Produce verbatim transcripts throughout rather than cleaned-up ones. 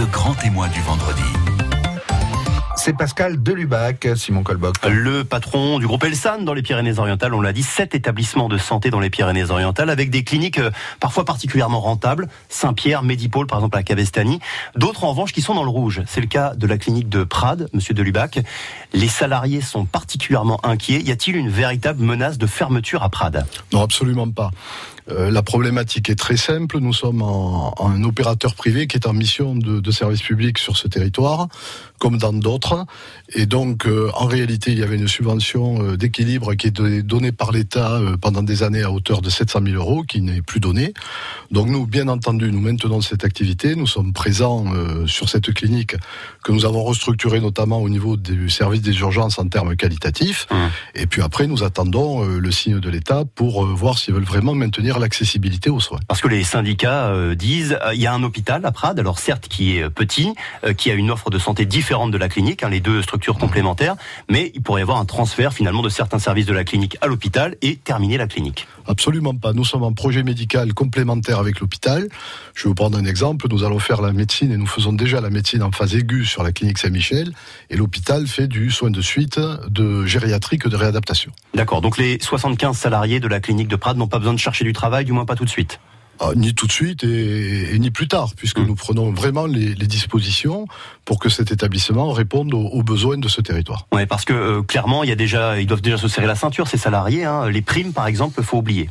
le grand témoin du vendredi. C'est Pascal Delubac, Simon Colboc. Le patron du groupe Elsan dans les Pyrénées-Orientales, on l'a dit, sept établissements de santé dans les Pyrénées-Orientales avec des cliniques euh, parfois particulièrement rentables, Saint-Pierre, Medipôle par exemple à Cabestany, d'autres en revanche qui sont dans le rouge. C'est le cas de la clinique de Prades, monsieur Delubac. Les salariés sont particulièrement inquiets. Y a-t-il une véritable menace de fermeture à Prades ? Non, absolument pas. Euh, la problématique est très simple. Nous sommes en, en un opérateur privé qui est en mission de, de service public sur ce territoire, comme dans d'autres. Et donc, euh, en réalité, il y avait une subvention euh, d'équilibre qui est donnée par l'État euh, pendant des années à hauteur de sept cent mille euros, qui n'est plus donnée. Donc nous, bien entendu, nous maintenons cette activité. Nous sommes présents euh, sur cette clinique que nous avons restructurée notamment au niveau du service des urgences en termes qualitatifs. Mmh. Et puis après, nous attendons euh, le signe de l'État pour euh, voir s'ils veulent vraiment maintenir l'accessibilité aux soins. Parce que les syndicats euh, disent, il euh, y a un hôpital à Prades, alors certes qui est petit, euh, qui a une offre de santé différente de la clinique, hein, les deux structures complémentaires, mais il pourrait y avoir un transfert finalement de certains services de la clinique à l'hôpital et terminer la clinique. Absolument pas. Nous sommes en projet médical complémentaire avec l'hôpital. Je vais vous prendre un exemple. Nous allons faire la médecine et nous faisons déjà la médecine en phase aiguë sur la clinique Saint-Michel et l'hôpital fait du soin de suite, de gériatrique, de réadaptation. D'accord. Donc les soixante-quinze salariés de la clinique de Prades n'ont pas besoin de chercher du travail, du moins pas tout de suite. Ah, ni tout de suite et, et ni plus tard, puisque mmh. nous prenons vraiment les, les dispositions pour que cet établissement réponde aux, aux besoins de ce territoire. Oui, parce que euh, clairement, il y a déjà, ils doivent déjà se serrer la ceinture, ces salariés. Hein. Les primes, par exemple, il faut oublier.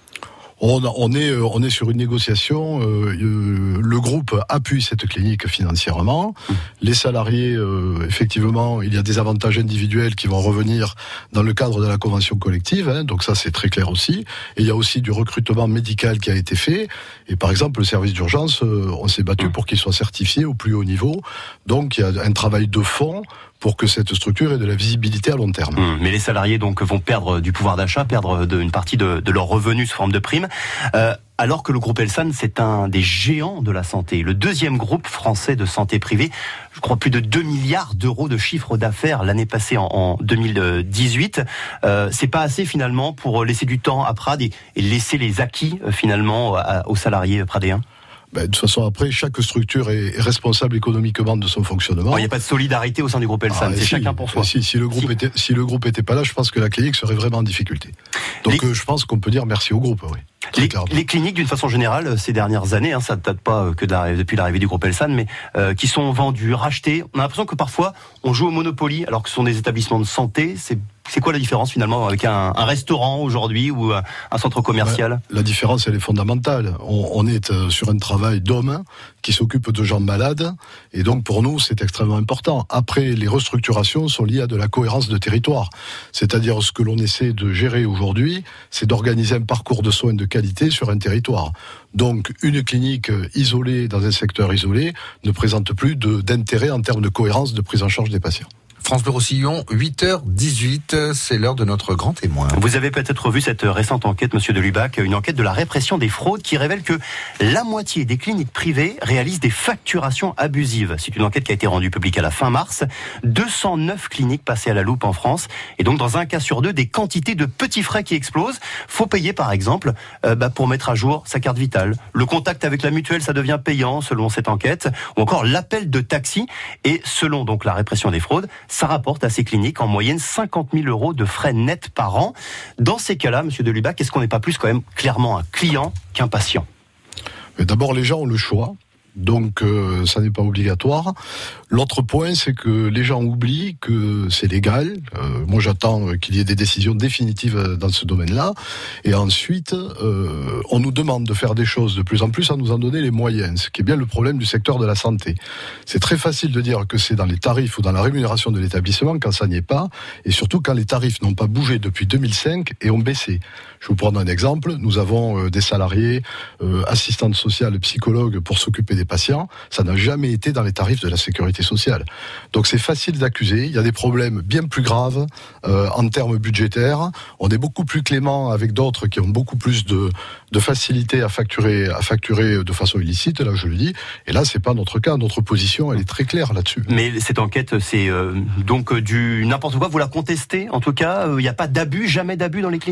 On, on, est, on est sur une négociation. Euh, euh, le groupe appuie cette clinique financièrement. Mmh. Les salariés, euh, effectivement, il y a des avantages individuels qui vont revenir dans le cadre de la convention collective. Hein, donc ça, c'est très clair aussi. Et il y a aussi du recrutement médical qui a été fait. Et par exemple, le service d'urgence, euh, on s'est battu mmh. pour qu'il soit certifié au plus haut niveau. Donc il y a un travail de fond pour que cette structure ait de la visibilité à long terme. Mmh, mais les salariés donc vont perdre du pouvoir d'achat, perdre de, une partie de, de leurs revenus sous forme de primes, euh, alors que le groupe Elsan, c'est un des géants de la santé, le deuxième groupe français de santé privée. Je crois plus de deux milliards d'euros de chiffre d'affaires l'année passée en, en deux mille dix-huit. Euh, c'est pas assez finalement pour laisser du temps à Prades et, et laisser les acquis euh, finalement à, aux salariés pradéens. Ben, de toute façon, après, chaque structure est responsable économiquement de son fonctionnement. Il n'y a pas de solidarité au sein du groupe Elsan, ah, c'est si, chacun pour soi. Si, si le groupe si. était, si le groupe était pas là, je pense que la clinique serait vraiment en difficulté. Donc, les... euh, je pense qu'on peut dire merci au groupe, oui. Les, les cliniques, d'une façon générale, ces dernières années, hein, ça ne date pas que depuis l'arrivée du groupe Elsan, mais euh, qui sont vendues, rachetées. On a l'impression que parfois, on joue au Monopoly, alors que ce sont des établissements de santé. C'est, c'est quoi la différence finalement avec un, un restaurant aujourd'hui ou un, un centre commercial ? Ben, la différence, elle est fondamentale. On, on est euh, sur un travail d'hommes qui s'occupe de gens malades, et donc pour nous, c'est extrêmement important. Après, les restructurations sont liées à de la cohérence de territoire. C'est-à-dire, ce que l'on essaie de gérer aujourd'hui, c'est d'organiser un parcours de soins de qualité sur un territoire. Donc, une clinique isolée dans un secteur isolé ne présente plus de, d'intérêt en termes de cohérence de prise en charge des patients. France Bleu Roussillon, huit heures dix-huit, c'est l'heure de notre grand témoin. Vous avez peut-être vu cette récente enquête, monsieur Delubac, une enquête de la répression des fraudes qui révèle que la moitié des cliniques privées réalisent des facturations abusives. C'est une enquête qui a été rendue publique à la fin mars. deux cent neuf cliniques passées à la loupe en France. Et donc, dans un cas sur deux, des quantités de petits frais qui explosent. Faut payer, par exemple, euh, bah, pour mettre à jour sa carte vitale. Le contact avec la mutuelle, ça devient payant, selon cette enquête. Ou encore l'appel de taxi. Et selon donc la répression des fraudes, ça rapporte à ces cliniques en moyenne cinquante mille euros de frais nets par an. Dans ces cas-là, monsieur Delubac, est-ce qu'on n'est pas plus quand même clairement un client qu'un patient ? Mais d'abord, les gens ont le choix. Donc, euh, ça n'est pas obligatoire. L'autre point, c'est que les gens oublient que c'est légal. Euh, moi, j'attends qu'il y ait des décisions définitives dans ce domaine-là. Et ensuite, euh, on nous demande de faire des choses de plus en plus sans nous en donner les moyens, ce qui est bien le problème du secteur de la santé. C'est très facile de dire que c'est dans les tarifs ou dans la rémunération de l'établissement quand ça n'y est pas, et surtout quand les tarifs n'ont pas bougé depuis deux mille cinq et ont baissé. Je vais vous prendre un exemple. Nous avons euh, des salariés, euh, assistantes sociales, psychologues pour s'occuper des patients. Ça n'a jamais été dans les tarifs de la sécurité sociale. Donc c'est facile d'accuser. Il y a des problèmes bien plus graves euh, en termes budgétaires. On est beaucoup plus clément avec d'autres qui ont beaucoup plus de, de facilité à facturer, à facturer de façon illicite. Là, je le dis. Et là, c'est pas notre cas. Notre position, elle est très claire là-dessus. Mais cette enquête, c'est euh, donc du n'importe quoi. Vous la contestez. En tout cas, il euh, n'y a pas d'abus, jamais d'abus dans les cliniques ?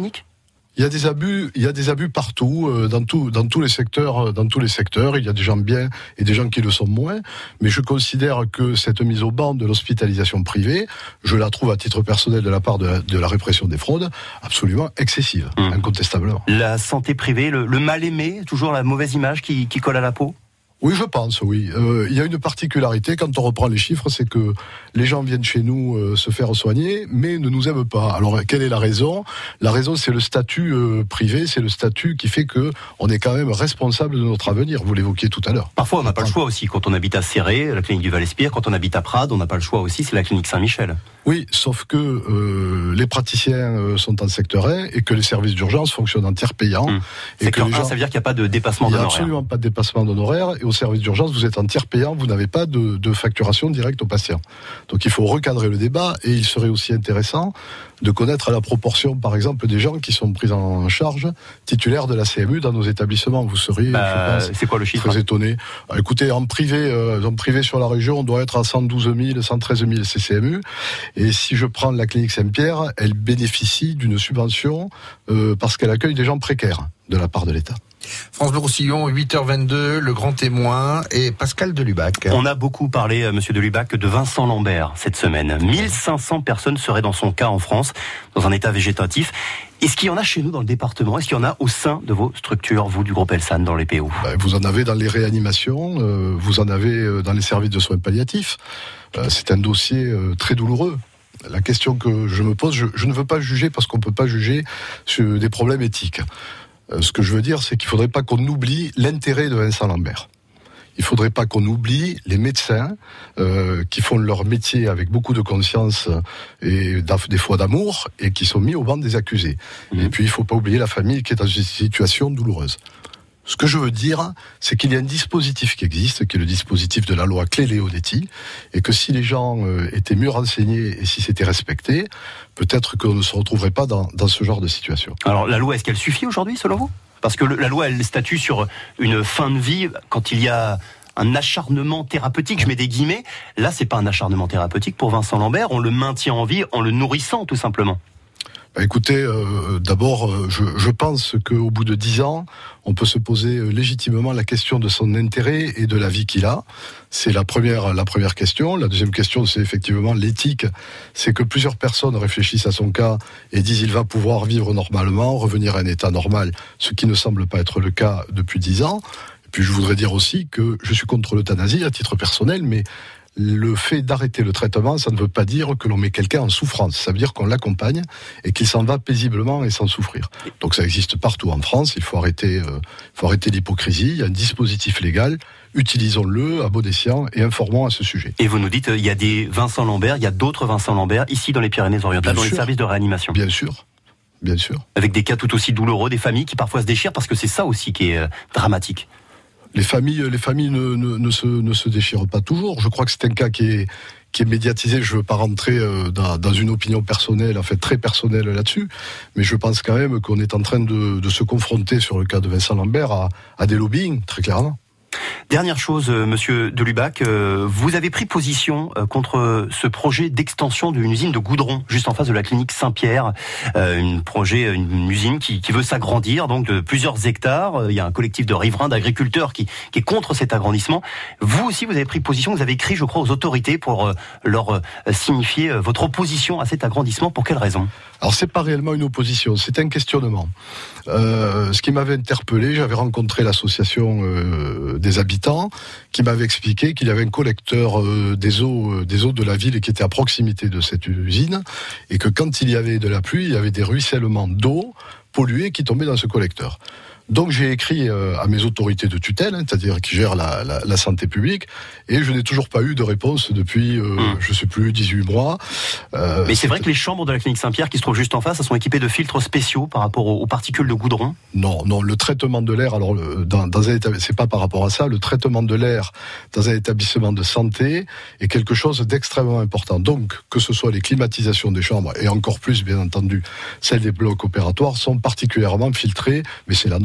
Il y a des abus, il y a des abus partout, euh, dans tout, dans tous les secteurs, dans tous les secteurs. Il y a des gens bien et des gens qui le sont moins. Mais je considère que cette mise au ban de l'hospitalisation privée, je la trouve à titre personnel de la part de la, de la répression des fraudes absolument excessive, mmh. incontestablement. La santé privée, le, le mal aimé, toujours la mauvaise image qui, qui colle à la peau. Oui, je pense, oui. Euh, il y a une particularité, quand on reprend les chiffres, c'est que les gens viennent chez nous euh, se faire soigner, mais ne nous aiment pas. Alors, quelle est la raison ? La raison, c'est le statut euh, privé, c'est le statut qui fait que on est quand même responsable de notre avenir. Vous l'évoquiez tout à l'heure. Parfois, on n'a pas le choix aussi. Quand on habite à Céré, la clinique du Val-Espire, quand on habite à Prades, on n'a pas le choix aussi, c'est la clinique Saint-Michel. Oui, sauf que euh, les praticiens euh, sont en secteur un et que les services d'urgence fonctionnent en tiers payant. Mmh. Et secteur que les gens... un, ça veut dire qu'il n'y a pas de dépassement d'honoraires. Il n'y a absolument pas de dépassement d'honoraires. Et au service d'urgence, vous êtes en tiers payant, vous n'avez pas de, de facturation directe aux patients. Donc il faut recadrer le débat et il serait aussi intéressant de connaître la proportion, par exemple, des gens qui sont pris en charge titulaires de la C M U dans nos établissements. Vous seriez, bah, je pense, c'est quoi le chiffre, très étonné. Alors, écoutez, en privé, euh, en privé sur la région, on doit être à cent douze mille, cent treize mille C C M U. Et si je prends la clinique Saint-Pierre, elle bénéficie d'une subvention euh, parce qu'elle accueille des gens précaires de la part de l'État. France Bleu Roussillon, huit heures vingt-deux, le grand témoin et Pascal Delubac. On a beaucoup parlé, euh, monsieur Delubac, de Vincent Lambert cette semaine. mille cinq cents personnes seraient dans son cas en France, dans un état végétatif. Est-ce qu'il y en a chez nous dans le département ? Est-ce qu'il y en a au sein de vos structures, vous, du groupe Elsan, dans les P O ? Ben, vous en avez dans les réanimations, euh, vous en avez euh, dans les services de soins palliatifs. Euh, c'est un dossier euh, très douloureux. La question que je me pose, je, je ne veux pas juger parce qu'on ne peut pas juger sur des problèmes éthiques. Euh, ce que je veux dire, c'est qu'il ne faudrait pas qu'on oublie l'intérêt de Vincent Lambert. Il ne faudrait pas qu'on oublie les médecins euh, qui font leur métier avec beaucoup de conscience et des fois d'amour et qui sont mis au banc des accusés. Mmh. Et puis il ne faut pas oublier la famille qui est dans une situation douloureuse. Ce que je veux dire, c'est qu'il y a un dispositif qui existe, qui est le dispositif de la loi Clé-Leonetti, et que si les gens euh, étaient mieux renseignés et si c'était respecté, peut-être qu'on ne se retrouverait pas dans, dans ce genre de situation. Alors la loi, est-ce qu'elle suffit aujourd'hui, selon vous ? Parce que le, la loi, elle statue sur une fin de vie quand il y a un acharnement thérapeutique, je mets des guillemets. Là, c'est pas un acharnement thérapeutique pour Vincent Lambert, on le maintient en vie en le nourrissant, tout simplement. Écoutez, euh, d'abord, euh, je, je pense qu'au bout de dix ans, on peut se poser euh, légitimement la question de son intérêt et de la vie qu'il a. C'est la première, la première question. La deuxième question, c'est effectivement l'éthique. C'est que plusieurs personnes réfléchissent à son cas et disent il va pouvoir vivre normalement, revenir à un état normal, ce qui ne semble pas être le cas depuis dix ans. Et puis je voudrais dire aussi que je suis contre l'euthanasie à titre personnel, mais le fait d'arrêter le traitement, ça ne veut pas dire que l'on met quelqu'un en souffrance. Ça veut dire qu'on l'accompagne et qu'il s'en va paisiblement et sans souffrir. Donc ça existe partout en France. Il faut arrêter, euh, faut arrêter l'hypocrisie. Il y a un dispositif légal. Utilisons-le à bon escient et informons à ce sujet. Et vous nous dites, il y a des Vincent Lambert, il y a d'autres Vincent Lambert ici dans les Pyrénées-Orientales, dans les services de réanimation. Bien sûr. Bien sûr. Avec des cas tout aussi douloureux, des familles qui parfois se déchirent parce que c'est ça aussi qui est euh, dramatique. Les familles, les familles ne, ne, ne, se, ne se déchirent pas toujours. Je crois que c'est un cas qui est, qui est médiatisé. Je ne veux pas rentrer dans, dans une opinion personnelle, en fait très personnelle là-dessus, mais je pense quand même qu'on est en train de, de se confronter sur le cas de Vincent Lambert à, à des lobbying, très clairement. Dernière chose, euh, monsieur Delubac, euh, vous avez pris position euh, contre ce projet d'extension d'une usine de goudron juste en face de la clinique Saint-Pierre, euh, une projet, une usine qui, qui veut s'agrandir donc de plusieurs hectares. Euh, il y a un collectif de riverains, d'agriculteurs qui, qui est contre cet agrandissement. Vous aussi, vous avez pris position, vous avez écrit, je crois, aux autorités pour euh, leur euh, signifier euh, votre opposition à cet agrandissement. Pour quelle raison ? Alors c'est pas réellement une opposition, c'est un questionnement. Euh, ce qui m'avait interpellé, j'avais rencontré l'association euh, des habitants qui m'avait expliqué qu'il y avait un collecteur euh, des eaux, euh, des eaux de la ville qui était à proximité de cette usine et que quand il y avait de la pluie, il y avait des ruissellements d'eau polluée qui tombaient dans ce collecteur. Donc j'ai écrit euh, à mes autorités de tutelle, hein, c'est-à-dire qui gèrent la, la, la santé publique, et je n'ai toujours pas eu de réponse depuis, euh, mmh. je sais plus, dix-huit mois. Euh, Mais c'est vrai que les chambres de la clinique Saint-Pierre, qui se trouvent juste en face, elles sont équipées de filtres spéciaux par rapport aux, aux particules de goudron ? Non, non, le traitement de l'air, alors dans, dans un établissement, c'est pas par rapport à ça, le traitement de l'air dans un établissement de santé est quelque chose d'extrêmement important. Donc, que ce soit les climatisations des chambres, et encore plus, bien entendu, celles des blocs opératoires, sont particulièrement filtrées, mais c'est la norme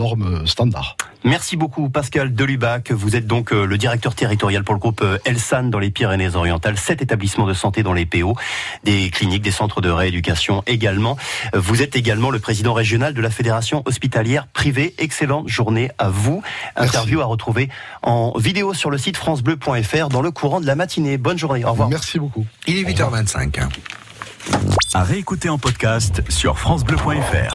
normes standards. Merci beaucoup Pascal Delubac. Vous êtes donc le directeur territorial pour le groupe Elsan dans les Pyrénées-Orientales. Sept établissements de santé dans les P O, des cliniques, des centres de rééducation également. Vous êtes également le président régional de la Fédération hospitalière privée. Excellente journée à vous. Merci. Interview à retrouver en vidéo sur le site francebleu point f r dans le courant de la matinée. Bonne journée. Au revoir. Merci beaucoup. Il est huit heures vingt-cinq. À réécouter en podcast sur francebleu point f r.